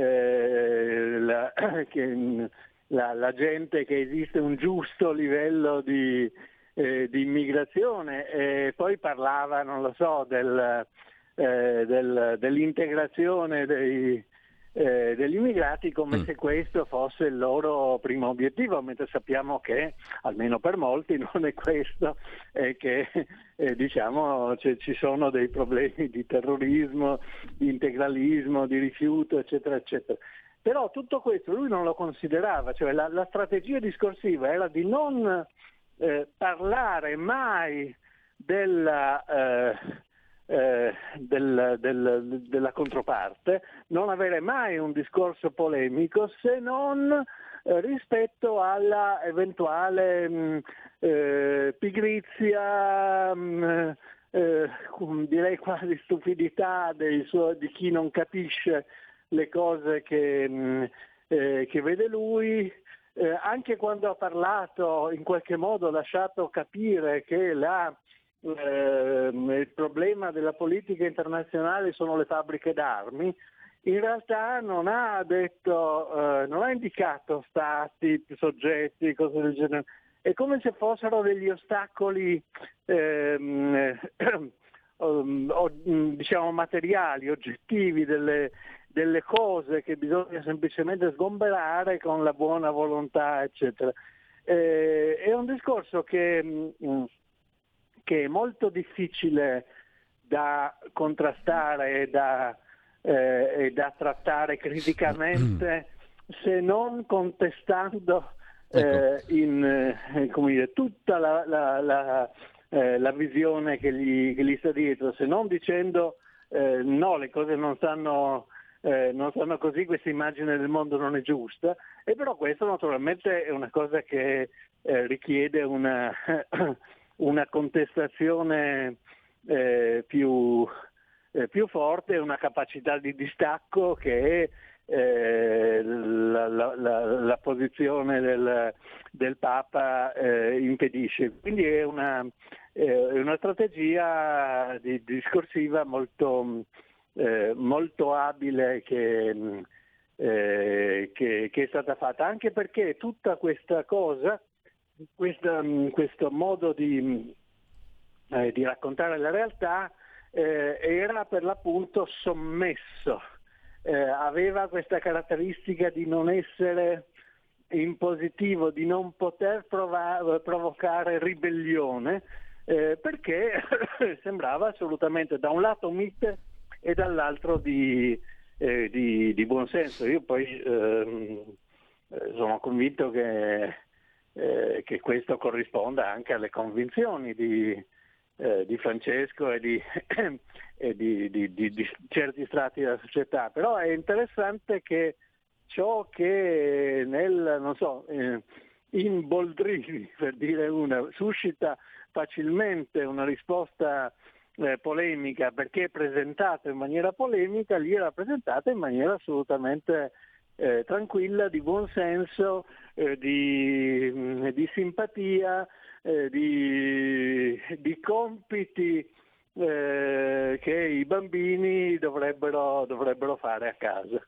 eh, la, che, la, la gente che esiste un giusto livello di Eh, di immigrazione. E poi parlava, non lo so, del, eh, del, dell'integrazione dei, eh, degli immigrati come mm. se questo fosse il loro primo obiettivo, mentre sappiamo che, almeno per molti, non è questo, e che eh, diciamo c- ci sono dei problemi di terrorismo, di integralismo, di rifiuto, eccetera, eccetera. Però tutto questo lui non lo considerava, cioè la, la strategia discorsiva era di non Eh, parlare mai della, eh, eh, del, del, della controparte, non avere mai un discorso polemico, se non eh, rispetto alla eventuale mh, eh, pigrizia, mh, eh, direi quasi stupidità dei suoi, di chi non capisce le cose che, mh, eh, che vede lui, eh, anche quando ha parlato, in qualche modo ha lasciato capire che la, eh, il problema della politica internazionale sono le fabbriche d'armi. In realtà non ha detto, eh, non ha indicato stati, soggetti, cose del genere. È come se fossero degli ostacoli ehm, o, diciamo materiali, oggettivi, delle, delle cose che bisogna semplicemente sgomberare con la buona volontà, eccetera. Eh, è un discorso che, che è molto difficile da contrastare e da Eh, e da trattare criticamente se non contestando eh, ecco. in, eh, come dire, tutta la, la, la, eh, la visione che gli, che gli sta dietro, se non dicendo eh, no, le cose non stanno, eh, non stanno così, questa immagine del mondo non è giusta, e però questo naturalmente è una cosa che eh, richiede una, una contestazione eh, più Eh, più forte, una capacità di distacco che eh, la, la, la, la posizione del, del Papa eh, impedisce. Quindi è una, eh, una strategia di, discorsiva molto, eh, molto abile che, eh, che, che è stata fatta, anche perché tutta questa cosa, questa, questo modo di, eh, di raccontare la realtà Eh, era per l'appunto sommesso, eh, aveva questa caratteristica di non essere in positivo, di non poter provare, provocare ribellione, eh, perché sembrava assolutamente da un lato mite e dall'altro di, eh, di, di buonsenso. Io poi ehm, sono convinto che, eh, che questo corrisponda anche alle convinzioni di Eh, di Francesco e, di, e di, di, di, di certi strati della società, però è interessante che ciò che nel, non so, eh, in Boldrini, per dire una, suscita facilmente una risposta eh, polemica perché è presentato in maniera polemica, lì era presentata in maniera assolutamente eh, tranquilla, di buonsenso, eh, di, mh, di simpatia, Eh, di, di compiti eh, che i bambini dovrebbero, dovrebbero fare a casa.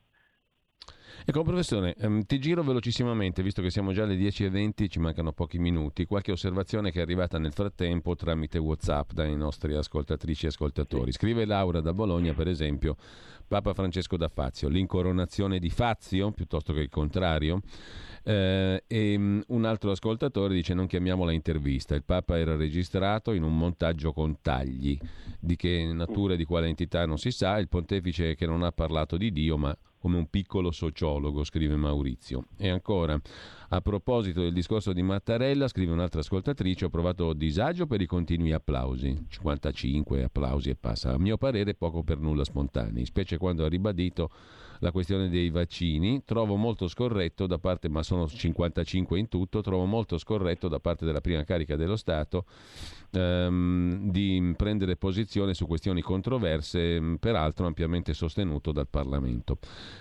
Ecco, professore, ehm, ti giro velocissimamente, visto che siamo già alle dieci e venti, ci mancano pochi minuti, qualche osservazione che è arrivata nel frattempo tramite WhatsApp dai nostri ascoltatrici e ascoltatori. Scrive Laura da Bologna, per esempio, Papa Francesco da Fazio, l'incoronazione di Fazio, piuttosto che il contrario. Eh, e um, un altro ascoltatore dice: non chiamiamola intervista, il Papa era registrato in un montaggio con tagli, di che natura e di quale entità non si sa, il pontefice che non ha parlato di Dio ma come un piccolo sociologo, scrive Maurizio. E ancora, a proposito del discorso di Mattarella, scrive un'altra ascoltatrice: ho provato disagio per i continui applausi, cinquantacinque applausi e passa, a mio parere poco per nulla spontanei, specie quando ha ribadito la questione dei vaccini. Trovo molto scorretto da parte, ma sono cinquantacinque in tutto, trovo molto scorretto da parte della prima carica dello Stato ehm, di prendere posizione su questioni controverse, peraltro ampiamente sostenuto dal Parlamento.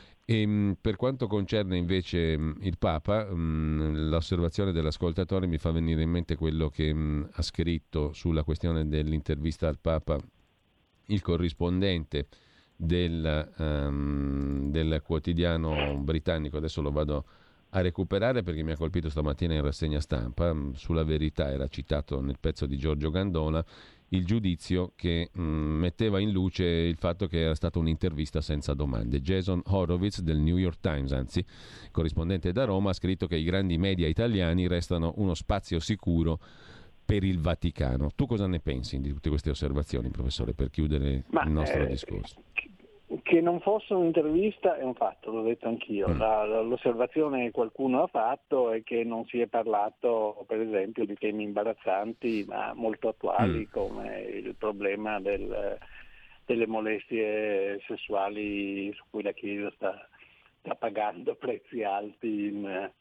E per quanto concerne invece il Papa, l'osservazione dell'ascoltatore mi fa venire in mente quello che ha scritto sulla questione dell'intervista al Papa il corrispondente del, um, del quotidiano britannico. Adesso lo vado a recuperare perché mi ha colpito stamattina in rassegna stampa. Sulla Verità era citato nel pezzo di Giorgio Gandola il giudizio che mh, metteva in luce il fatto che era stata un'intervista senza domande. Jason Horowitz del New York Times, anzi corrispondente da Roma, ha scritto che i grandi media italiani restano uno spazio sicuro per il Vaticano. Tu cosa ne pensi di tutte queste osservazioni, professore, per chiudere Ma, il nostro eh, discorso? Che non fosse un'intervista è un fatto, l'ho detto anch'io. Mm. La, l'osservazione che qualcuno ha fatto è che non si è parlato, per esempio, di temi imbarazzanti ma molto attuali, mm. come il problema del, delle molestie sessuali su cui la Chiesa sta, sta pagando prezzi alti in,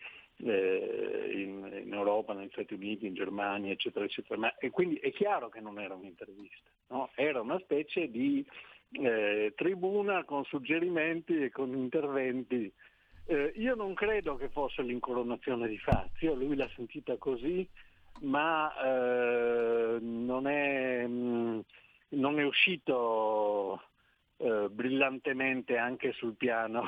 eh, in, in Europa, negli Stati Uniti, in Germania, eccetera, eccetera. Ma, e quindi è chiaro che non era un'intervista, no? Era una specie di eh, tribuna con suggerimenti e con interventi. Eh, io non credo che fosse l'incoronazione di Fazio, lui l'ha sentita così, ma eh, non è, mh, non è uscito eh, brillantemente anche sul piano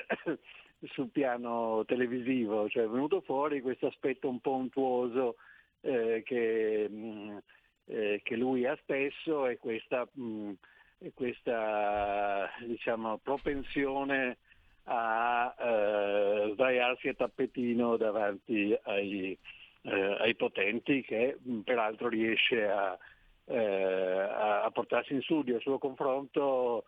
sul piano televisivo, cioè è venuto fuori questo aspetto un po' untuoso eh, che, mh, eh, che lui ha spesso, e questa, mh, e questa diciamo propensione a eh, sdraiarsi a tappetino davanti ai, eh, ai potenti, che mh, peraltro riesce a, eh, a portarsi in studio. A suo confronto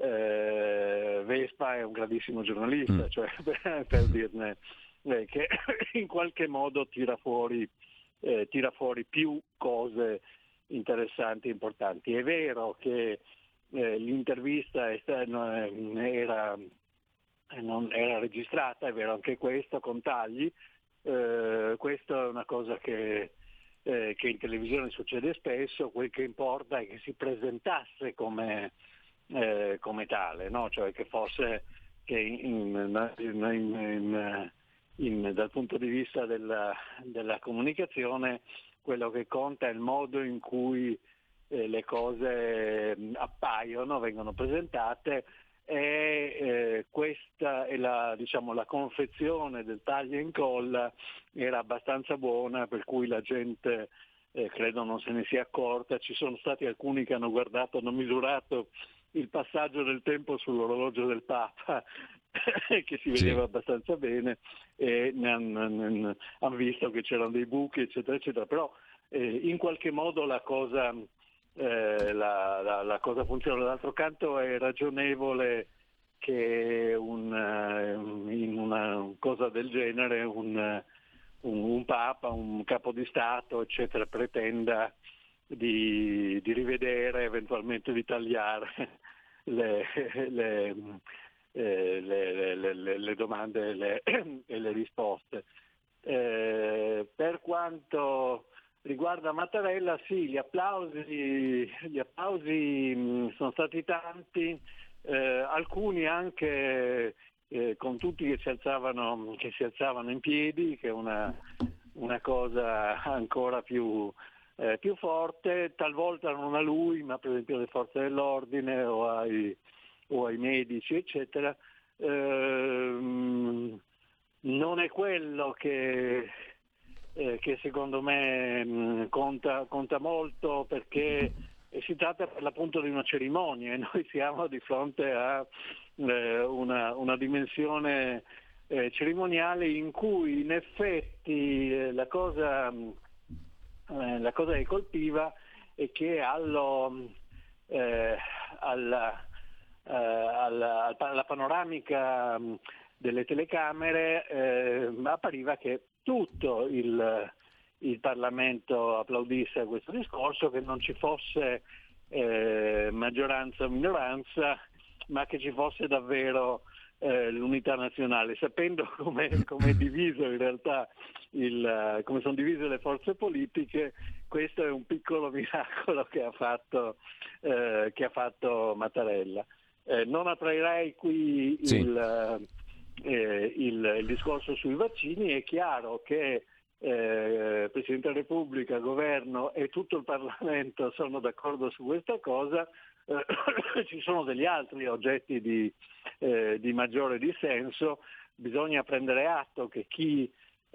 eh, Vespa è un grandissimo giornalista, mm. cioè per, per dirne eh, che in qualche modo tira fuori, eh, tira fuori più cose interessanti e importanti. È vero che eh, l'intervista esterna era non era registrata, è vero anche questo, con tagli, eh, questa è una cosa che, eh, che in televisione succede spesso. Quel che importa è che si presentasse come, eh, come tale, no? Cioè che fosse, che in, in, in, in, dal punto di vista della, della comunicazione quello che conta è il modo in cui eh, le cose appaiono, vengono presentate. E eh, questa è la, diciamo, la confezione del taglio e incolla era abbastanza buona, per cui la gente eh, credo non se ne sia accorta. Ci sono stati alcuni che hanno guardato, hanno misurato il passaggio del tempo sull'orologio del Papa che si vedeva sì. abbastanza bene, e ne hanno, ne hanno visto che c'erano dei buchi eccetera eccetera, però eh, in qualche modo la cosa Eh, la, la, la cosa funziona. D'altro canto è ragionevole che un, uh, in una cosa del genere un, uh, un, un Papa, un capo di Stato eccetera pretenda di, di rivedere, eventualmente di tagliare le, le, eh, le, le, le, le domande e le, e le risposte. Eh, per quanto riguarda Mattarella, sì, gli applausi, gli applausi mh, sono stati tanti, eh, alcuni anche eh, con tutti che si alzavano, che si alzavano in piedi, che è una, una cosa ancora più, eh, più forte, talvolta non a lui, ma per esempio alle forze dell'ordine o ai, o ai medici, eccetera. Eh, non è quello che... Eh, che secondo me mh, conta, conta molto, perché eh, si tratta per l'appunto di una cerimonia e noi siamo di fronte a eh, una, una dimensione eh, cerimoniale in cui in effetti eh, la cosa eh, la cosa che colpiva è che allo, eh, alla, eh, alla, alla panoramica mh, delle telecamere eh, appariva che tutto il, il Parlamento applaudisse a questo discorso, che non ci fosse eh, maggioranza o minoranza, ma che ci fosse davvero eh, l'unità nazionale, sapendo come è diviso in realtà il, come sono divise le forze politiche. Questo è un piccolo miracolo che ha fatto, eh, che ha fatto Mattarella. Eh, non aprirei qui sì. il Eh, il, il discorso sui vaccini. È chiaro che eh, Presidente della Repubblica, Governo e tutto il Parlamento sono d'accordo su questa cosa. Eh, ci sono degli altri oggetti di, eh, di maggiore dissenso. Bisogna prendere atto che chi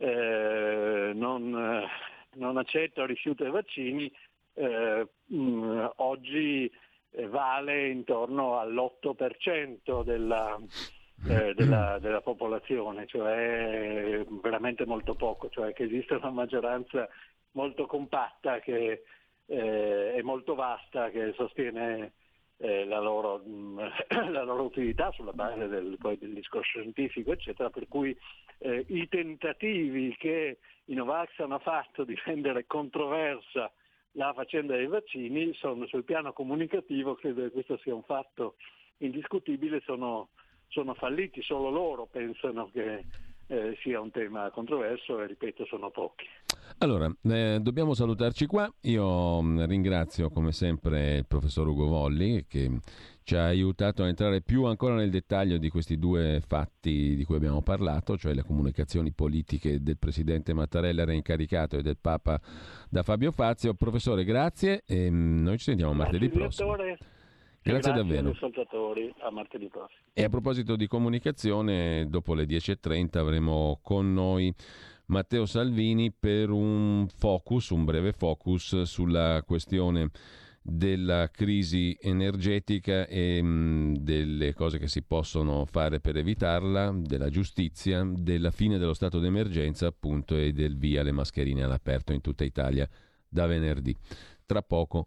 eh, non, non accetta o rifiuta i vaccini eh, mh, oggi vale intorno all'otto per cento della Eh, della, della popolazione, cioè veramente molto poco, cioè che esiste una maggioranza molto compatta che eh, è molto vasta, che sostiene eh, la, loro, mh, la loro utilità sulla base del, poi del discorso scientifico eccetera, per cui eh, i tentativi che i Novax hanno fatto di rendere controversa la faccenda dei vaccini sono, sul piano comunicativo, credo che questo sia un fatto indiscutibile, sono sono falliti. Solo loro pensano che eh, sia un tema controverso e, ripeto, sono pochi. Allora, eh, dobbiamo salutarci qua. Io mh, ringrazio come sempre il professor Ugo Volli, che ci ha aiutato a entrare più ancora nel dettaglio di questi due fatti di cui abbiamo parlato, cioè le comunicazioni politiche del presidente Mattarella reincaricato e del Papa da Fabio Fazio. Professore, grazie e mh, noi ci sentiamo martedì prossimo. Grazie, grazie davvero. Agli ascoltatori, a martedì prossimo. E a proposito di comunicazione, dopo le dieci e trenta avremo con noi Matteo Salvini per un focus, un breve focus sulla questione della crisi energetica e mh, delle cose che si possono fare per evitarla, della giustizia, della fine dello stato d'emergenza appunto e del via alle mascherine all'aperto in tutta Italia da venerdì. Tra poco.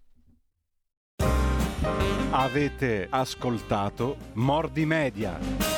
Avete ascoltato Mordi Media.